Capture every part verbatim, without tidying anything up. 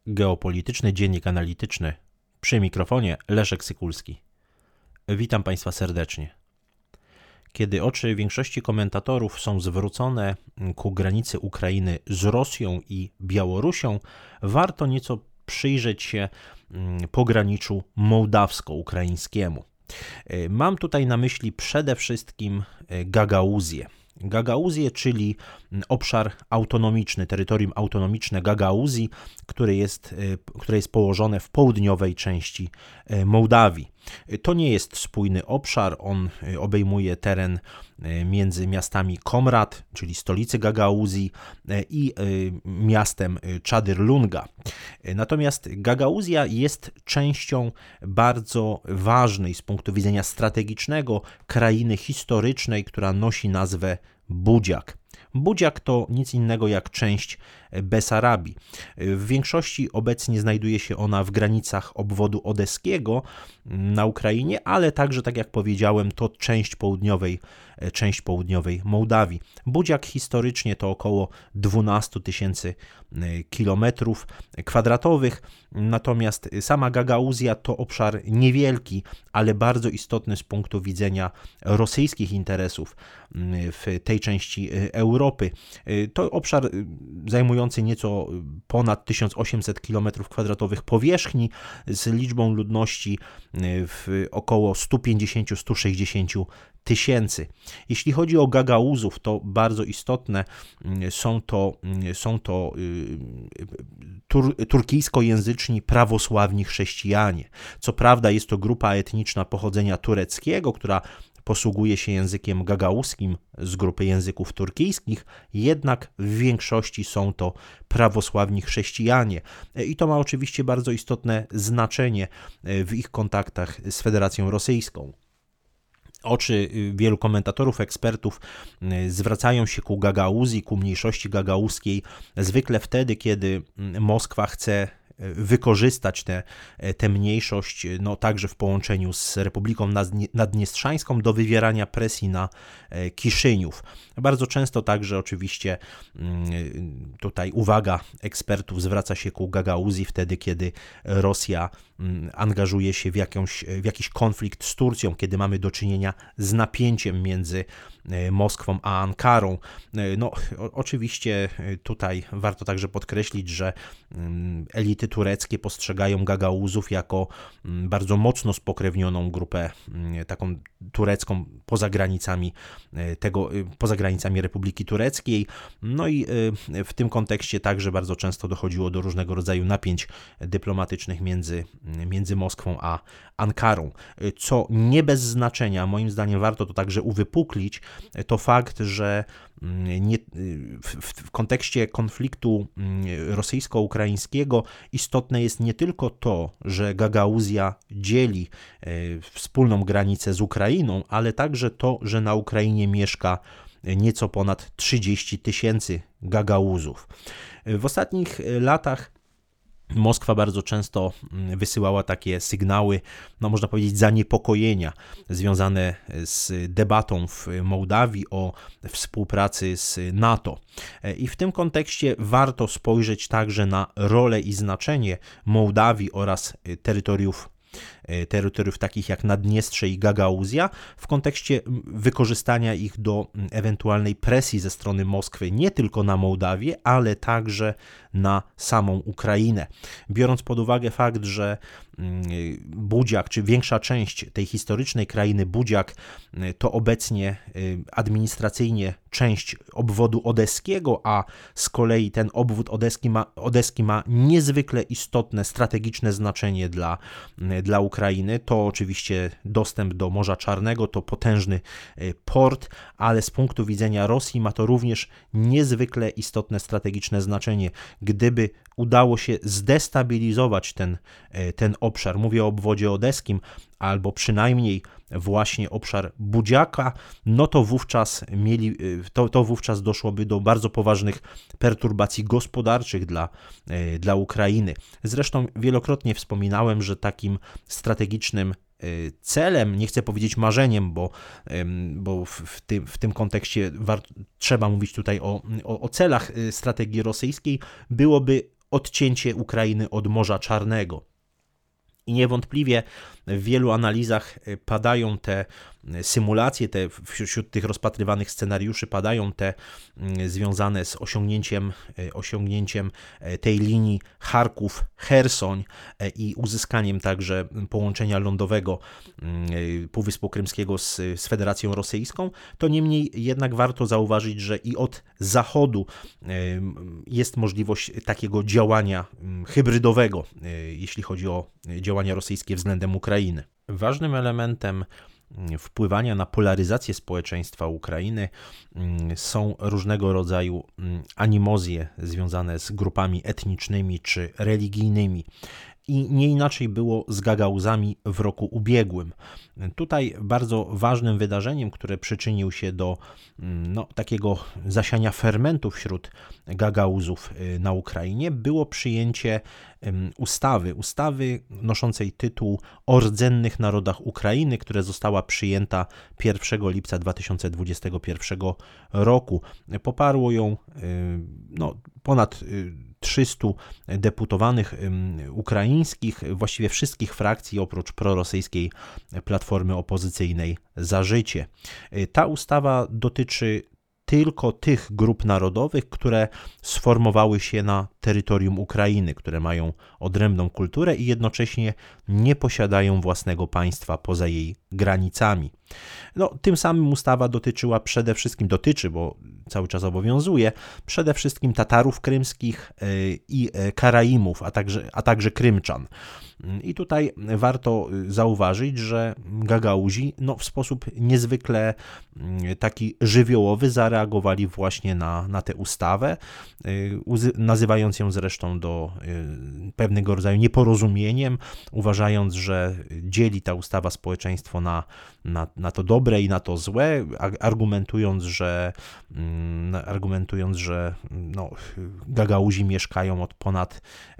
Geopolityczny Dziennik Analityczny. Przy mikrofonie Leszek Sykulski. Witam Państwa serdecznie. Kiedy oczy większości komentatorów są zwrócone ku granicy Ukrainy z Rosją i Białorusią, warto nieco przyjrzeć się pograniczu mołdawsko-ukraińskiemu. Mam tutaj na myśli przede wszystkim Gagauzję. Gagauzję, czyli obszar autonomiczny, terytorium autonomiczne Gagauzji, które jest, które jest położone w południowej części Mołdawii. To nie jest spójny obszar, on obejmuje teren między miastami Komrat, czyli stolicy Gagauzji, i miastem Czadyrlunga. Natomiast Gagauzja jest częścią bardzo ważnej z punktu widzenia strategicznego krainy historycznej, która nosi nazwę Budziak. Budziak to nic innego jak część Besarabii. W większości obecnie znajduje się ona w granicach obwodu odeskiego na Ukrainie, ale także, tak jak powiedziałem, to część południowej, część południowej Mołdawii. Budziak historycznie to około dwanaście tysięcy kilometrów kwadratowych, natomiast sama Gagauzja to obszar niewielki, ale bardzo istotny z punktu widzenia rosyjskich interesów w tej części Europy. To obszar zajmujący nieco ponad tysiąc osiemset kilometrów kwadratowych powierzchni z liczbą ludności w około sto pięćdziesiąt do stu sześćdziesięciu tysięcy. Jeśli chodzi o Gagauzów, to bardzo istotne są to, są to tur, turkijskojęzyczni prawosławni chrześcijanie. Co prawda jest to grupa etniczna pochodzenia tureckiego, która posługuje się językiem gagauzskim z grupy języków turkijskich, jednak w większości są to prawosławni chrześcijanie. I to ma oczywiście bardzo istotne znaczenie w ich kontaktach z Federacją Rosyjską. Oczy wielu komentatorów, ekspertów zwracają się ku Gagauzji, ku mniejszości gagauzskiej, zwykle wtedy, kiedy Moskwa chce wykorzystać tę tę mniejszość, no także w połączeniu z Republiką Naddniestrzańską do wywierania presji na Kiszyniów. Bardzo często także oczywiście tutaj uwaga ekspertów zwraca się ku Gagauzji wtedy, kiedy Rosja angażuje się w, jakąś, w jakiś konflikt z Turcją, kiedy mamy do czynienia z napięciem między Moskwą a Ankarą. No, o, oczywiście tutaj warto także podkreślić, że elity tureckie postrzegają Gagauzów jako bardzo mocno spokrewnioną grupę, taką turecką poza granicami tego, poza granicami Republiki Tureckiej. No i w tym kontekście także bardzo często dochodziło do różnego rodzaju napięć dyplomatycznych między, między Moskwą a Ankarą. Co nie bez znaczenia, moim zdaniem warto to także uwypuklić, to fakt, że nie, w, w kontekście konfliktu rosyjsko-ukraińskiego istotne jest nie tylko to, że Gagauzja dzieli wspólną granicę z Ukrainą, ale także to, że na Ukrainie mieszka nieco ponad trzydzieści tysięcy Gagauzów. W ostatnich latach Moskwa bardzo często wysyłała takie sygnały, no można powiedzieć, zaniepokojenia związane z debatą w Mołdawii o współpracy z NATO. I w tym kontekście warto spojrzeć także na rolę i znaczenie Mołdawii oraz terytoriów terytoriów takich jak Naddniestrze i Gagauzja w kontekście wykorzystania ich do ewentualnej presji ze strony Moskwy nie tylko na Mołdawię, ale także na samą Ukrainę. Biorąc pod uwagę fakt, że Budziak, czy większa część tej historycznej krainy Budziak to obecnie administracyjnie część obwodu odeskiego, a z kolei ten obwód odeski ma, odeski ma niezwykle istotne strategiczne znaczenie dla, dla Ukrainy. To oczywiście dostęp do Morza Czarnego, to potężny port, ale z punktu widzenia Rosji ma to również niezwykle istotne strategiczne znaczenie. Gdyby udało się zdestabilizować ten, ten obszar, mówię o obwodzie odeskim, albo przynajmniej właśnie obszar Budziaka, no to wówczas mieli, to, to wówczas doszłoby do bardzo poważnych perturbacji gospodarczych dla, dla Ukrainy. Zresztą wielokrotnie wspominałem, że takim strategicznym celem, nie chcę powiedzieć marzeniem, bo, bo w, tym, w tym kontekście war, trzeba mówić tutaj o, o, o celach strategii rosyjskiej, byłoby odcięcie Ukrainy od Morza Czarnego. I niewątpliwie w wielu analizach padają te symulacje, te, wśród tych rozpatrywanych scenariuszy padają te związane z osiągnięciem, osiągnięciem tej linii Charków-Chersoń i uzyskaniem także połączenia lądowego Półwyspu Krymskiego z, z Federacją Rosyjską. To niemniej jednak warto zauważyć, że i od zachodu jest możliwość takiego działania hybrydowego, jeśli chodzi o działania rosyjskie względem Ukrainy. Ważnym elementem wpływania na polaryzację społeczeństwa Ukrainy są różnego rodzaju animozje związane z grupami etnicznymi czy religijnymi. I nie inaczej było z Gagauzami w roku ubiegłym. Tutaj bardzo ważnym wydarzeniem, które przyczynił się do no, takiego zasiania fermentu wśród Gagauzów na Ukrainie, było przyjęcie ustawy, ustawy noszącej tytuł o rdzennych narodach Ukrainy, która została przyjęta pierwszego lipca dwa tysiące dwudziestego pierwszego roku. Poparło ją no, ponad trzystu deputowanych ukraińskich, właściwie wszystkich frakcji oprócz prorosyjskiej Platformy Opozycyjnej Za Życie. Ta ustawa dotyczy tylko tych grup narodowych, które sformowały się na terytorium Ukrainy, które mają odrębną kulturę i jednocześnie nie posiadają własnego państwa poza jej granicami. No, tym samym ustawa dotyczyła przede wszystkim, dotyczy, bo cały czas obowiązuje, przede wszystkim Tatarów krymskich i Karaimów, a także, a także Krymczan. I tutaj warto zauważyć, że Gagauzi no, w sposób niezwykle taki żywiołowy zareagowali właśnie na, na tę ustawę, nazywając ją zresztą do pewnego rodzaju nieporozumieniem, uważając, że dzieli ta ustawa społeczeństwo na, na, na to dobre i na to złe, argumentując, że, argumentując, że no, Gagauzi mieszkają od ponad,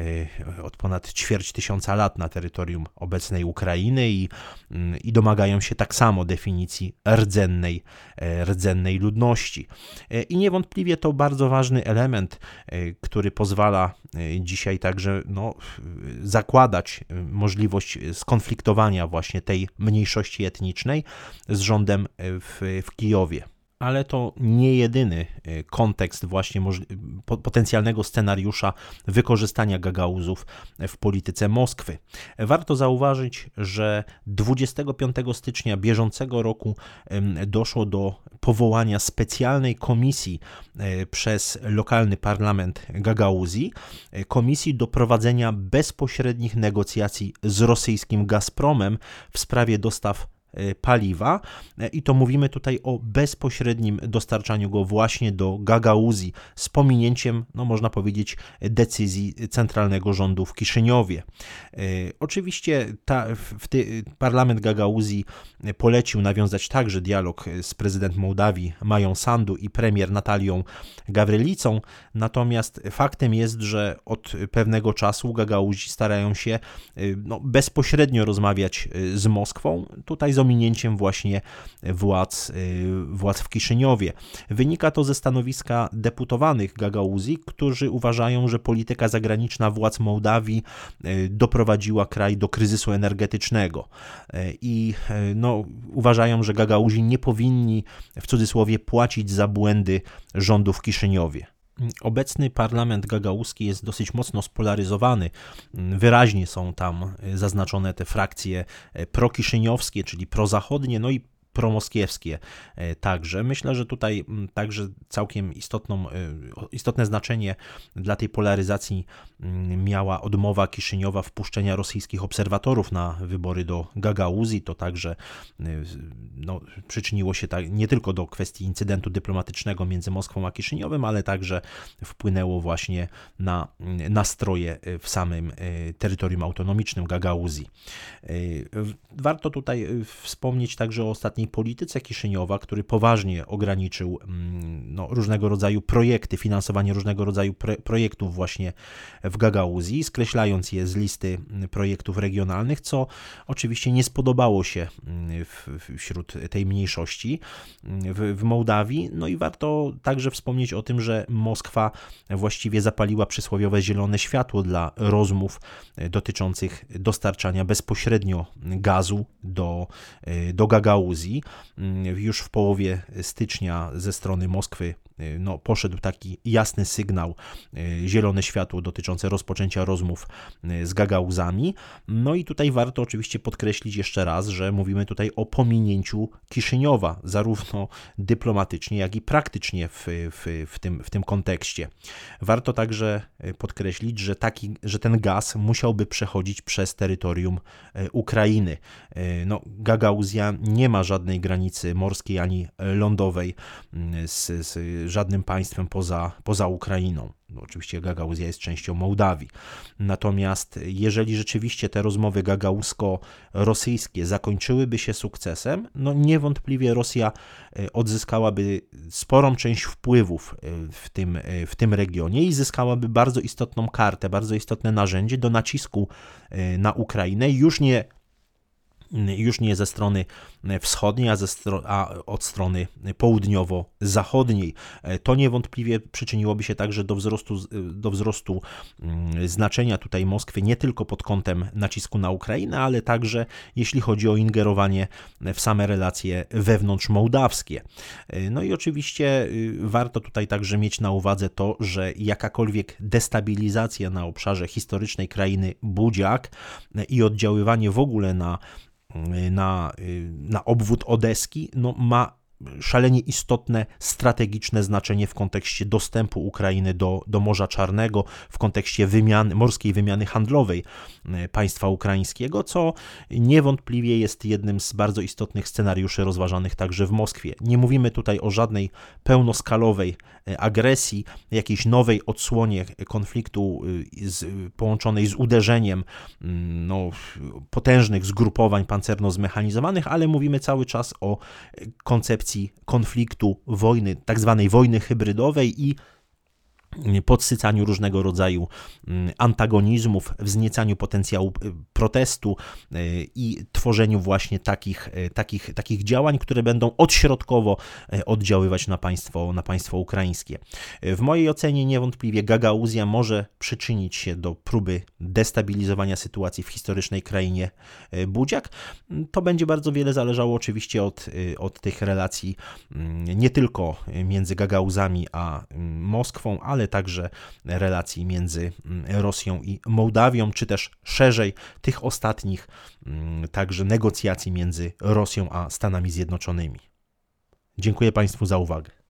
od ponad ćwierć tysiąca lat na terytorium obecnej Ukrainy i, i domagają się tak samo definicji rdzennej, rdzennej ludności. I niewątpliwie to bardzo ważny element, który pozwala dzisiaj także no, zakładać możliwość skonfliktowania właśnie tej mniejszości etnicznej z rządem w, w Kijowie. Ale to nie jedyny kontekst właśnie potencjalnego scenariusza wykorzystania Gagauzów w polityce Moskwy. Warto zauważyć, że dwudziestego piątego stycznia bieżącego roku doszło do powołania specjalnej komisji przez lokalny parlament Gagauzji, komisji do prowadzenia bezpośrednich negocjacji z rosyjskim Gazpromem w sprawie dostaw paliwa i to mówimy tutaj o bezpośrednim dostarczaniu go właśnie do Gagauzji z pominięciem, no można powiedzieć, decyzji centralnego rządu w Kiszyniowie. Oczywiście ta, w ty, parlament Gagauzji polecił nawiązać także dialog z prezydent Mołdawii Mają Sandu i premier Natalią Gawrylicą, natomiast faktem jest, że od pewnego czasu Gagauzi starają się no, bezpośrednio rozmawiać z Moskwą, tutaj z ominięciem właśnie władz, władz w Kiszyniowie. Wynika to ze stanowiska deputowanych Gagauzji, którzy uważają, że polityka zagraniczna władz Mołdawii doprowadziła kraj do kryzysu energetycznego i no, uważają, że Gagauzi nie powinni w cudzysłowie płacić za błędy rządu w Kiszyniowie. Obecny parlament gagauzki jest dosyć mocno spolaryzowany. Wyraźnie są tam zaznaczone te frakcje prokiszyniowskie, czyli prozachodnie, no i promoskiewskie także. Myślę, że tutaj także całkiem istotną, istotne znaczenie dla tej polaryzacji miała odmowa Kiszyniowa wpuszczenia rosyjskich obserwatorów na wybory do Gagauzji. To także no, przyczyniło się tak, nie tylko do kwestii incydentu dyplomatycznego między Moskwą a Kiszyniowem, ale także wpłynęło właśnie na nastroje w samym terytorium autonomicznym Gagauzji. Warto tutaj wspomnieć także o ostatniej polityce Kiszyniowa, który poważnie ograniczył no, różnego rodzaju projekty, finansowanie różnego rodzaju pre, projektów właśnie w Gagauzji, skreślając je z listy projektów regionalnych, co oczywiście nie spodobało się w, wśród tej mniejszości w, w Mołdawii. No i warto także wspomnieć o tym, że Moskwa właściwie zapaliła przysłowiowe zielone światło dla rozmów dotyczących dostarczania bezpośrednio gazu do, do Gagauzji. Już w połowie stycznia ze strony Moskwy no, poszedł taki jasny sygnał, zielone światło dotyczące rozpoczęcia rozmów z Gagauzami. No i tutaj warto oczywiście podkreślić jeszcze raz, że mówimy tutaj o pominięciu Kiszyniowa, zarówno dyplomatycznie, jak i praktycznie w, w, w, tym, w tym kontekście. Warto także podkreślić, że, taki, że ten gaz musiałby przechodzić przez terytorium Ukrainy. No, Gagauzja nie ma żadnej granicy morskiej ani lądowej z, z żadnym państwem poza, poza Ukrainą. No, oczywiście Gagauzja jest częścią Mołdawii. Natomiast jeżeli rzeczywiście te rozmowy gagauzsko-rosyjskie zakończyłyby się sukcesem, no niewątpliwie Rosja odzyskałaby sporą część wpływów w tym, w tym regionie i zyskałaby bardzo istotną kartę, bardzo istotne narzędzie do nacisku na Ukrainę, już nie już nie ze strony wschodniej, a, ze stro- a od strony południowo-zachodniej. To niewątpliwie przyczyniłoby się także do wzrostu, do wzrostu znaczenia tutaj Moskwy nie tylko pod kątem nacisku na Ukrainę, ale także jeśli chodzi o ingerowanie w same relacje wewnątrzmołdawskie. No i oczywiście warto tutaj także mieć na uwadze to, że jakakolwiek destabilizacja na obszarze historycznej krainy Budziak i oddziaływanie w ogóle na Na, na obwód odeski, no ma szalenie istotne strategiczne znaczenie w kontekście dostępu Ukrainy do, do Morza Czarnego, w kontekście wymiany, morskiej wymiany handlowej państwa ukraińskiego, co niewątpliwie jest jednym z bardzo istotnych scenariuszy rozważanych także w Moskwie. Nie mówimy tutaj o żadnej pełnoskalowej agresji, jakiejś nowej odsłonie konfliktu z, połączonej z uderzeniem no, potężnych zgrupowań pancerno-zmechanizowanych, ale mówimy cały czas o koncepcji konfliktu, wojny, tak zwanej wojny hybrydowej i podsycaniu różnego rodzaju antagonizmów, wzniecaniu potencjału protestu i tworzeniu właśnie takich, takich, takich działań, które będą odśrodkowo oddziaływać na państwo, na państwo ukraińskie. W mojej ocenie niewątpliwie Gagauzja może przyczynić się do próby destabilizowania sytuacji w historycznej krainie Budziak. To będzie bardzo wiele zależało oczywiście od, od tych relacji nie tylko między Gagauzami a Moskwą, ale także relacji między Rosją i Mołdawią, czy też szerzej tych ostatnich także negocjacji między Rosją a Stanami Zjednoczonymi. Dziękuję Państwu za uwagę.